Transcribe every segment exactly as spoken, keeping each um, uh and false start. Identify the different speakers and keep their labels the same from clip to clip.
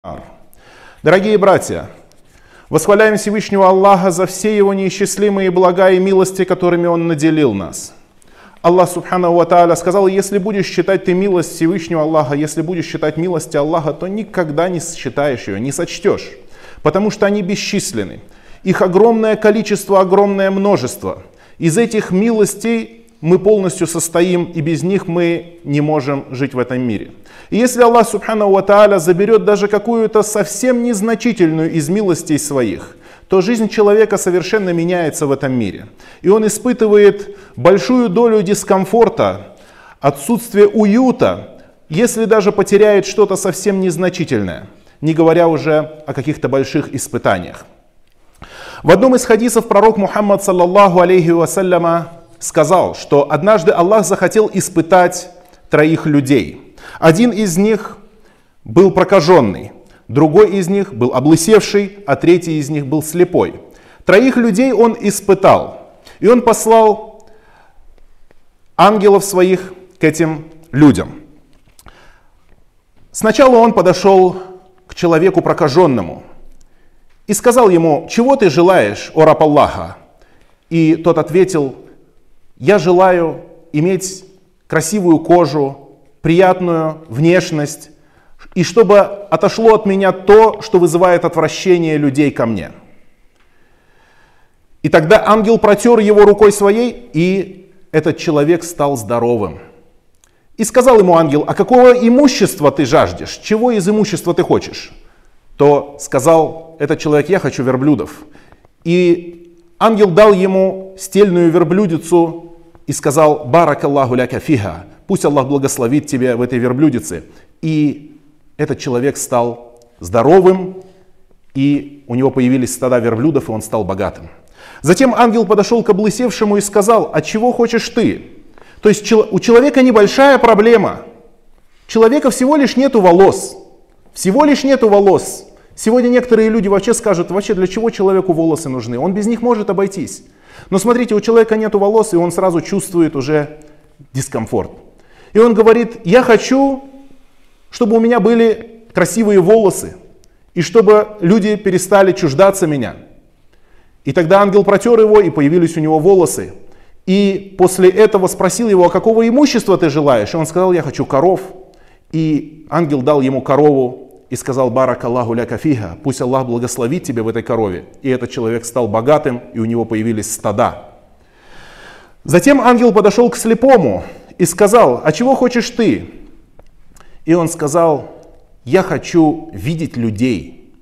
Speaker 1: Дорогие братья, восхваляем Всевышнего Аллаха за все Его неисчислимые блага и милости, которыми Он наделил нас. Аллах Субханаху ва Тааля сказал: если будешь считать ты милость Всевышнего Аллаха, если будешь считать милости Аллаха, то никогда не считаешь ее, не сочтешь, потому что они бесчисленны. Их огромное количество, огромное множество. Из этих милостей мы полностью состоим, и без них мы не можем жить в этом мире. И если Аллах Субханаху ва Тааля заберет даже какую-то совсем незначительную из милостей своих, то жизнь человека совершенно меняется в этом мире. И он испытывает большую долю дискомфорта, отсутствие уюта, если даже потеряет что-то совсем незначительное, не говоря уже о каких-то больших испытаниях. В одном из хадисов пророк Мухаммад саллаллаху алейхи вассаляма сказал, что однажды Аллах захотел испытать троих людей. Один из них был прокаженный, другой из них был облысевший, а третий из них был слепой. Троих людей он испытал, и он послал ангелов своих к этим людям. Сначала он подошел к человеку прокаженному и сказал ему: «Чего ты желаешь, о раб Аллаха?» И тот ответил: «Я желаю иметь красивую кожу, приятную внешность, и чтобы отошло от меня то, что вызывает отвращение людей ко мне». И тогда ангел протер его рукой своей, и этот человек стал здоровым. И сказал ему ангел: «А какого имущества ты жаждешь? Чего из имущества ты хочешь?» То сказал этот человек: «Я хочу верблюдов». И ангел дал ему стельную верблюдицу и сказал: «Барак Аллаху ляка фиха». Пусть Аллах благословит тебя в этой верблюдице. И этот человек стал здоровым, и у него появились стада верблюдов, и он стал богатым. Затем ангел подошел к облысевшему и сказал: «А чего хочешь ты?» То есть у человека небольшая проблема. Человека всего лишь нету волос. Всего лишь нету волос. Сегодня некоторые люди вообще скажут: вообще для чего человеку волосы нужны? Он без них может обойтись. Но смотрите, у человека нету волос, и он сразу чувствует уже дискомфорт. И он говорит: я хочу, чтобы у меня были красивые волосы, и чтобы люди перестали чуждаться меня. И тогда ангел протер его, и появились у него волосы. И после этого спросил его: а какого имущества ты желаешь? И он сказал: я хочу коров. И ангел дал ему корову и сказал: барак Аллаху ляка фиха. Пусть Аллах благословит тебя в этой корове. И этот человек стал богатым, и у него появились стада. Затем ангел подошел к слепому и сказал: а чего хочешь ты? И он сказал: я хочу видеть людей.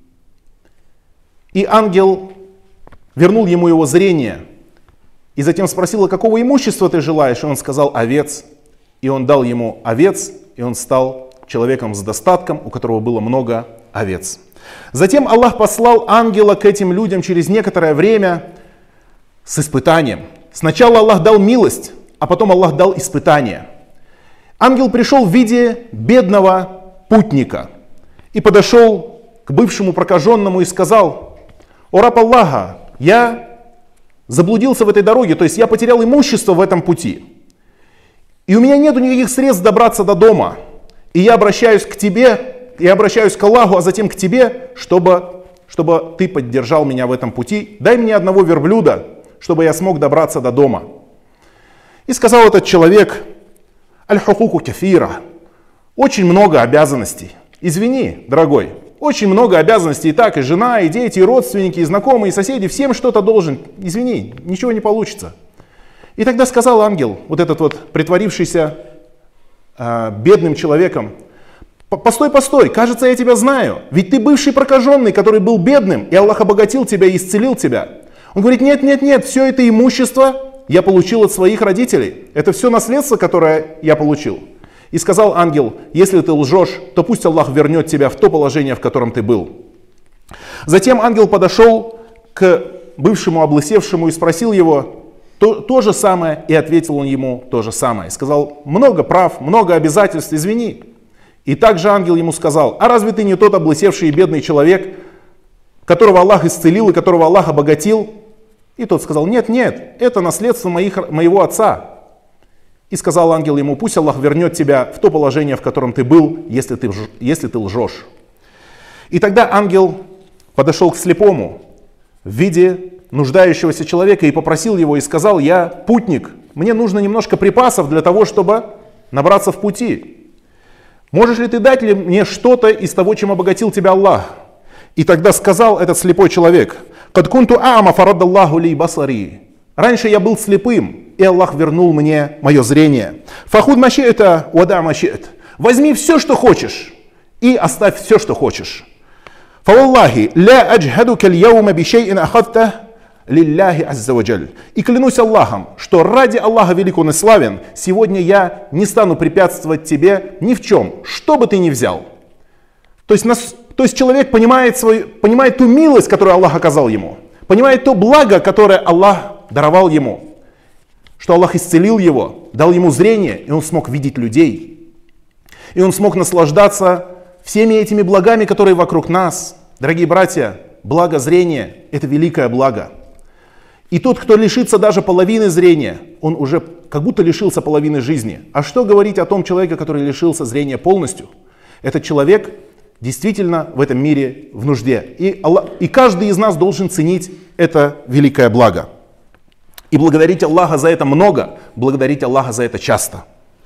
Speaker 1: И ангел вернул ему его зрение. И затем спросил: а какого имущества ты желаешь? И он сказал: овец. И он дал ему овец, и он стал человеком с достатком, у которого было много овец. Затем Аллах послал ангела к этим людям через некоторое время с испытанием. Сначала Аллах дал милость, а потом Аллах дал испытание. Ангел пришел в виде бедного путника и подошел к бывшему прокаженному и сказал: «О раб Аллаха, я заблудился в этой дороге, то есть я потерял имущество в этом пути. И у меня нет никаких средств добраться до дома. И я обращаюсь к тебе, я обращаюсь к Аллаху, а затем к тебе, чтобы, чтобы ты поддержал меня в этом пути. Дай мне одного верблюда, чтобы я смог добраться до дома». И сказал этот человек: «Аль-хукуку кафира». Очень много обязанностей. Извини, дорогой, очень много обязанностей. И так, и жена, и дети, и родственники, и знакомые, и соседи. Всем что-то должен. Извини, ничего не получится. И тогда сказал ангел, вот этот вот притворившийся э, бедным человеком: «Постой, постой, кажется, я тебя знаю. Ведь ты бывший прокаженный, который был бедным, и Аллах обогатил тебя и исцелил тебя». Он говорит: нет, нет, нет, все это имущество я получил от своих родителей. Это все наследство, которое я получил. И сказал ангел: если ты лжешь, то пусть Аллах вернет тебя в то положение, в котором ты был. Затем ангел подошел к бывшему облысевшему и спросил его то, то же самое, и ответил он ему то же самое. И сказал: много прав, много обязательств, извини. И также ангел ему сказал: а разве ты не тот облысевший и бедный человек, которого Аллах исцелил и которого Аллах обогатил? И тот сказал: нет, нет, это наследство моих, моего отца. И сказал ангел ему: пусть Аллах вернет тебя в то положение, в котором ты был, если ты, если ты лжешь. И тогда ангел подошел к слепому в виде нуждающегося человека и попросил его и сказал: я путник, мне нужно немножко припасов для того, чтобы набраться в пути. Можешь ли ты дать ли мне что-то из того, чем обогатил тебя Аллах? И тогда сказал этот слепой человек: «Кад кунту а'ма фараддаллаху ли басари». Раньше я был слепым, и Аллах вернул мне мое зрение. «Фахуд маши'та вада маши'т». Возьми все, что хочешь, и оставь все, что хочешь. «Фаваллахи ля аджхадука льяума бишейин ахадта лилляхи азза ваджаль». И клянусь Аллахом, что ради Аллаха велик он и славен, сегодня я не стану препятствовать тебе ни в чем, что бы ты ни взял. То есть, нас, то есть человек понимает, свою, понимает ту милость, которую Аллах оказал ему, понимает то благо, которое Аллах даровал ему, что Аллах исцелил его, дал ему зрение, и он смог видеть людей. И он смог наслаждаться всеми этими благами, которые вокруг нас. Дорогие братья, благо зрения – это великое благо. И тот, кто лишится даже половины зрения, он уже как будто лишился половины жизни. А что говорить о том человеке, который лишился зрения полностью? Этот человек действительно в этом мире в нужде. И, Аллах, и каждый из нас должен ценить это великое благо. И благодарить Аллаха за это много, благодарить Аллаха за это часто.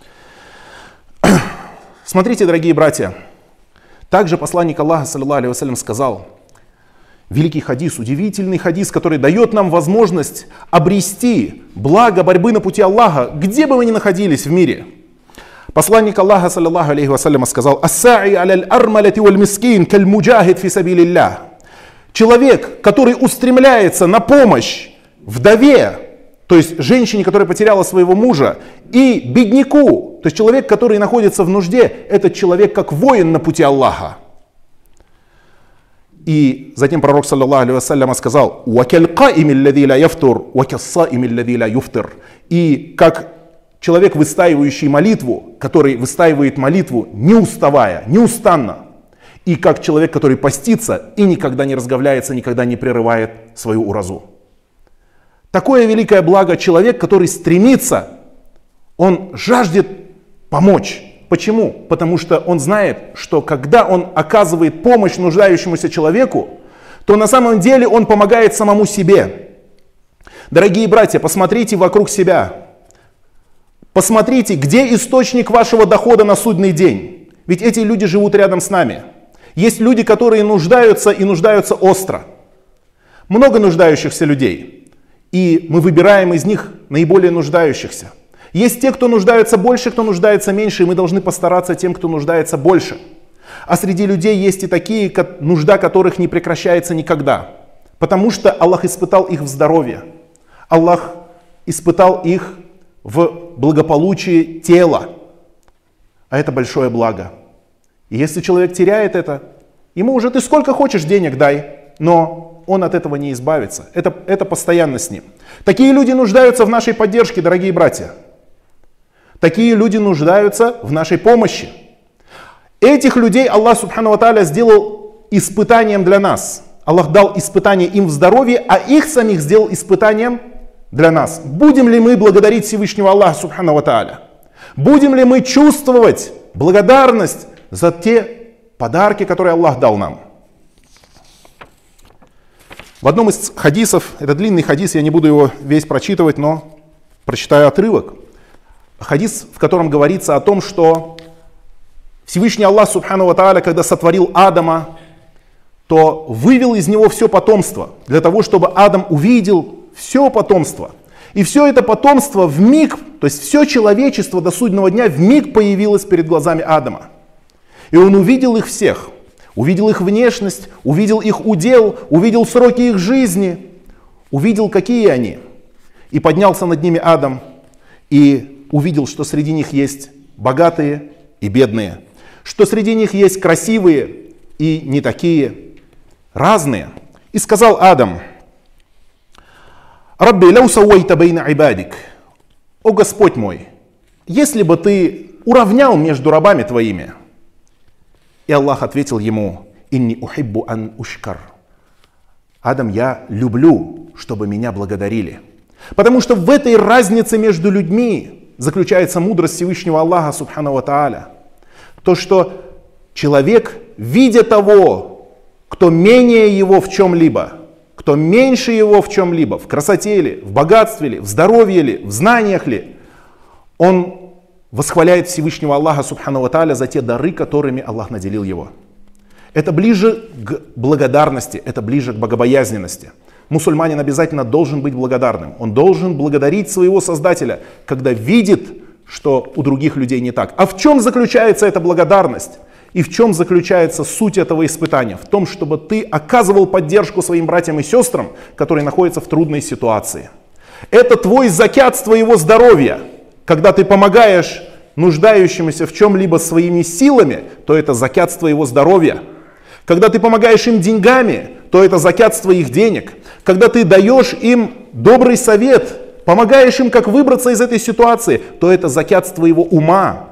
Speaker 1: Смотрите, дорогие братья, также посланник Аллаха, саллаллаху алейхи вассалям, сказал, великий хадис, удивительный хадис, который дает нам возможность обрести благо борьбы на пути Аллаха, где бы мы ни находились в мире. Посланник Аллаха, саллаллаху алейхи вассалям, сказал: «Ас-са'i аля аль-армалати валь-мискин каль-муджахид фи сабилиллях». Человек, который устремляется на помощь вдове, то есть женщине, которая потеряла своего мужа, и бедняку, то есть человек, который находится в нужде, этот человек как воин на пути Аллаха. И затем пророк, саллаллаху алейхи вассалям, сказал: и как человек, выстаивающий молитву, который выстаивает молитву не уставая, неустанно, и как человек, который постится и никогда не разговляется, никогда не прерывает свою уразу. Такое великое благо человек, который стремится, он жаждет помочь. Почему? Потому что он знает, что когда он оказывает помощь нуждающемуся человеку, то на самом деле он помогает самому себе. Дорогие братья, посмотрите вокруг себя. Посмотрите, где источник вашего дохода на судный день. Ведь эти люди живут рядом с нами. Есть люди, которые нуждаются и нуждаются остро. Много нуждающихся людей. И мы выбираем из них наиболее нуждающихся. Есть те, кто нуждается больше, кто нуждается меньше, и мы должны постараться тем, кто нуждается больше. А среди людей есть и такие, нужда которых не прекращается никогда. Потому что Аллах испытал их в здоровье. Аллах испытал их в благополучии тела. А это большое благо. И если человек теряет это, ему уже ты сколько хочешь денег дай, но он от этого не избавится. Это, это постоянно с ним. Такие люди нуждаются в нашей поддержке, дорогие братья. Такие люди нуждаются в нашей помощи. Этих людей Аллах субхану ва тааля сделал испытанием для нас. Аллах дал испытание им в здоровье, а их самих сделал испытанием для нас. Будем ли мы благодарить Всевышнего Аллаха субхану ва тааля? Будем ли мы чувствовать благодарность за те подарки, которые Аллах дал нам? В одном из хадисов, это длинный хадис, я не буду его весь прочитывать, но прочитаю отрывок. Хадис, в котором говорится о том, что Всевышний Аллах субхану ва тааля, когда сотворил Адама, то вывел из него все потомство, для того, чтобы Адам увидел все потомство. И все это потомство в миг, то есть все человечество до судного дня в миг появилось перед глазами Адама. И он увидел их всех. Увидел их внешность, увидел их удел, увидел сроки их жизни, увидел, какие они. И поднялся над ними Адам и увидел, что среди них есть богатые и бедные, что среди них есть красивые и не такие, разные. И сказал Адам: «Рабби, ляу сауайта бейна ибадик». О Господь мой, если бы ты уравнял между рабами твоими. И Аллах ответил ему: «Инни ухиббу ан ушкар». Адам, я люблю, чтобы меня благодарили. Потому что в этой разнице между людьми заключается мудрость Всевышнего Аллаха субхану ва тааля. То, что человек, видя того, кто менее его в чем-либо, кто меньше его в чем-либо, в красоте ли, в богатстве ли, в здоровье ли, в знаниях ли, он восхваляет Всевышнего Аллаха Субхану ва Тааля за те дары, которыми Аллах наделил его. Это ближе к благодарности, это ближе к богобоязненности. Мусульманин обязательно должен быть благодарным. Он должен благодарить своего Создателя, когда видит, что у других людей не так. А в чем заключается эта благодарность? И в чем заключается суть этого испытания? В том, чтобы ты оказывал поддержку своим братьям и сестрам, которые находятся в трудной ситуации. Это твой закят твоего здоровья. Когда ты помогаешь нуждающимся в чем-либо своими силами, то это закят твоего здоровья. Когда ты помогаешь им деньгами, то это закят твоих денег. Когда ты даешь им добрый совет, помогаешь им, как выбраться из этой ситуации, то это закят твоего ума.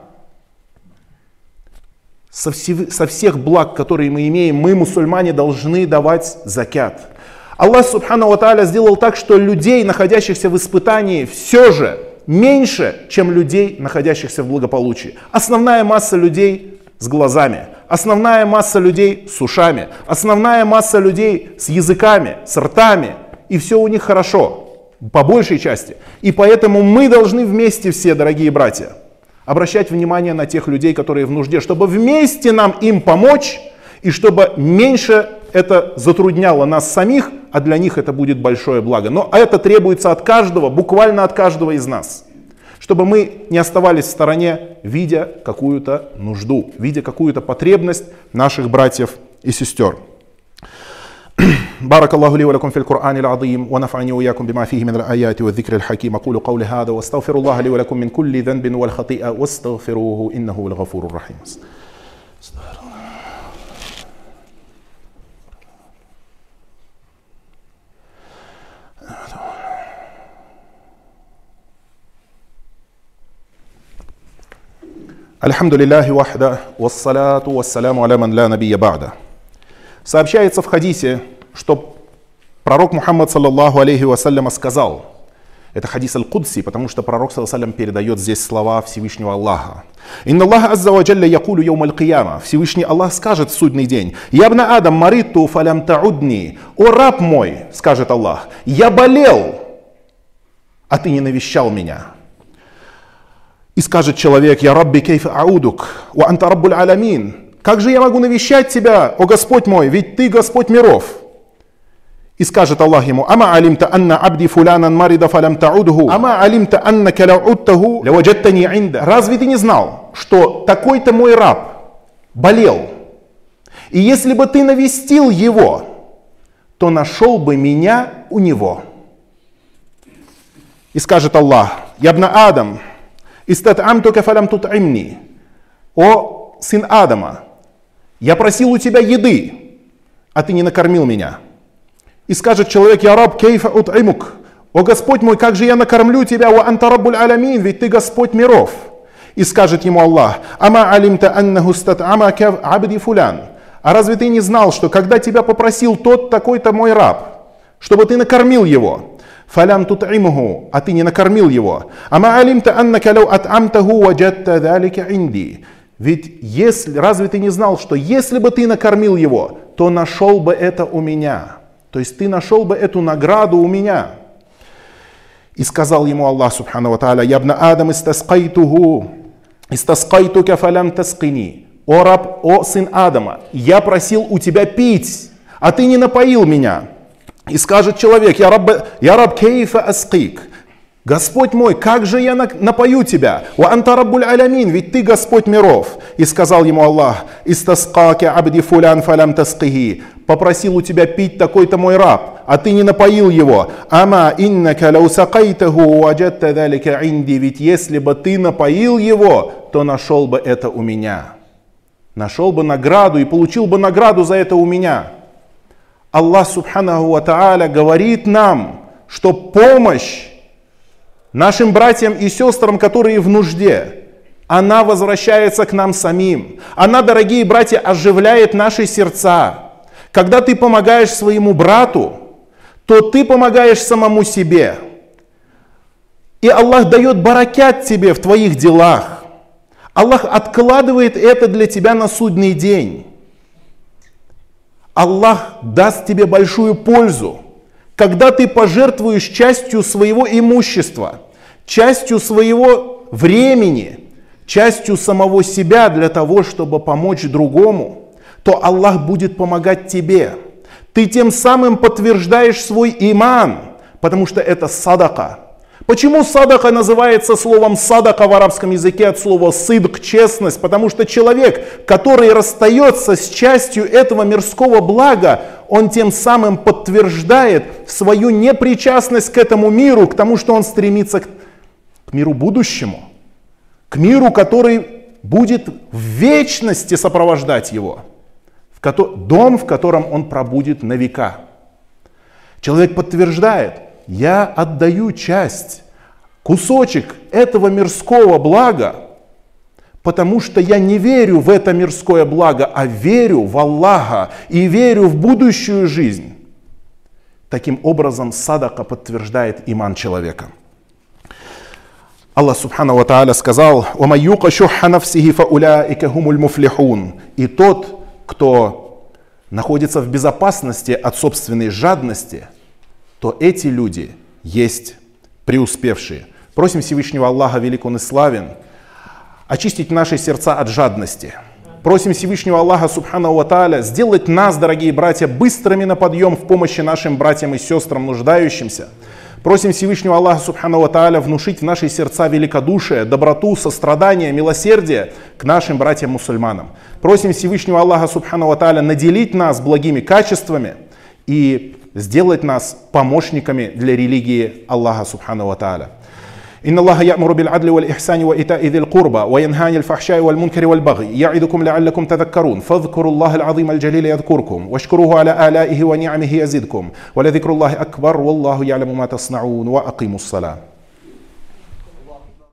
Speaker 1: Со, всех, со всех благ, которые мы имеем, мы, мусульмане, должны давать закят. Аллах Субхану ва Тааля сделал так, что людей, находящихся в испытании, все же меньше, чем людей, находящихся в благополучии. Основная масса людей с глазами, основная масса людей с ушами, основная масса людей с языками, с ртами, и все у них хорошо, по большей части. И поэтому мы должны вместе все, дорогие братья, обращать внимание на тех людей, которые в нужде, чтобы вместе нам им помочь, и чтобы меньше это затрудняло нас самих, а для них это будет большое благо. Но это требуется от каждого, буквально от каждого из нас. Чтобы мы не оставались в стороне, видя какую-то нужду, видя какую-то потребность наших братьев и сестер. بارك الله لي ولكم في القرآن العظيم ونفعني وإياكم بما فيه من الآيات والذكر الحكيم أقول قولي هذا واستغفر الله لي ولكم من كل ذنب والخطيئة واستغفروه إنه الغفور الرحيم. الحمد لله وحده والصلاة والسلام على من لا نبي بعده. Сообщается в хадисе, что пророк Мухаммад саллаллаху алейхи вассаляма сказал, это хадис аль-Кудси, потому что пророк саллаллаху алейхи вассалям передает здесь слова Всевышнего Аллаха. «Инна Аллаха азза ва джалля якулю йоум аль-кияма». Всевышний Аллах скажет в судный день: «Ябна Адам мариту фалям таудни». «О раб мой», скажет Аллах, «я болел, а ты не навещал меня». И скажет человек: «Я рабби кейфа аудук, ва анта раббуль аламин». «Как же я могу навещать тебя, о Господь мой, ведь ты Господь миров?» И скажет Аллах ему: «Ама алимта анна абди фулянан марида фалям таудху, ама алимта аннака лаудтаху лаваджаттани инда». Разве ты не знал, что такой-то мой раб болел? И если бы ты навестил его, то нашел бы меня у него. И скажет Аллах: «Ябна Адам, истат'амтука фалям тут'имни». «О сын Адама, я просил у тебя еды, а ты не накормил меня». И скажет человек: «Я раб кейфа ут'имук». «О Господь мой, как же я накормлю тебя, ва анта раббуль аламин, ведь ты Господь миров». И скажет ему Аллах: «Ама алимта аннаху стат'амака абди фулян». «А разве ты не знал, что когда тебя попросил тот такой-то мой раб, чтобы ты накормил его, фалям тут'имуху, а ты не накормил его, ама алимта аннака лау ат'амтаху ваджатта залика инди». Ведь если, разве ты не знал, что если бы ты накормил его, то нашел бы это у меня. То есть ты нашел бы эту награду у меня. И сказал ему Аллах Субхану ва Тааля: «Ябна Адам истаскайтуху, истаскайтука фалям таскини». «О раб, о сын Адама, я просил у тебя пить, а ты не напоил меня». И скажет человек: «Я раб, я раб кейфа аскик». «Господь мой, как же я напою тебя? Ва анта раббуль аламин, ведь ты Господь миров». И сказал ему Аллах: «Истаскака абди фулян фалям таскихи». «Попросил у тебя пить такой-то мой раб, а ты не напоил его. Ама иннака лау сакайтаху ваджатта залика инди». Ведь если бы ты напоил его, то нашел бы это у меня. Нашел бы награду и получил бы награду за это у меня. Аллах Субханаху ва Тааля говорит нам, что помощь нашим братьям и сестрам, которые в нужде, она возвращается к нам самим. Она, дорогие братья, оживляет наши сердца. Когда ты помогаешь своему брату, то ты помогаешь самому себе. И Аллах дает баракят тебе в твоих делах. Аллах откладывает это для тебя на судный день. Аллах даст тебе большую пользу, когда ты пожертвуешь частью своего имущества, частью своего времени, частью самого себя для того, чтобы помочь другому, то Аллах будет помогать тебе. Ты тем самым подтверждаешь свой иман, потому что это садака. Почему садака называется словом садака в арабском языке от слова сидк, честность? Потому что человек, который расстается с частью этого мирского блага, он тем самым подтверждает свою непричастность к этому миру, к тому, что он стремится к, к миру будущему, к миру, который будет в вечности сопровождать его, в ко- дом, в котором он пробудет на века. Человек подтверждает: я отдаю часть, кусочек этого мирского блага, потому что я не верю в это мирское благо, а верю в Аллаха и верю в будущую жизнь. Таким образом, садака подтверждает иман человека. Аллах субхану ва тааля сказал: «Вама юка шухха нафсихи фа уляика хумуль муфлихун». И тот, кто находится в безопасности от собственной жадности, то эти люди есть преуспевшие. Просим Всевышнего Аллаха, велик Он и славен, очистить наши сердца от жадности. Просим Всевышнего Аллаха, субхану ва тааля, сделать нас, дорогие братья, быстрыми на подъем в помощи нашим братьям и сестрам, нуждающимся. Просим Всевышнего Аллаха, субхану ва тааля, внушить в наши сердца великодушие, доброту, сострадание, милосердие к нашим братьям-мусульманам. Просим Всевышнего Аллаха, субхану ва тааля, наделить нас благими качествами и сделать нас помощниками для религии Аллаха субхану ва тааля. إن الله يأمر بالعدل والإحسان وإيتاء ذي القربى وينهى عن الفحشاء والمنكر والبغي يعظكم لعلكم تذكرون فاذكروا الله العظيم الجليل يذكركم واشكروه على آلائه ونعمه يزدكم ولذكر الله أكبر والله يعلم ما تصنعون وأقيموا الصلاة.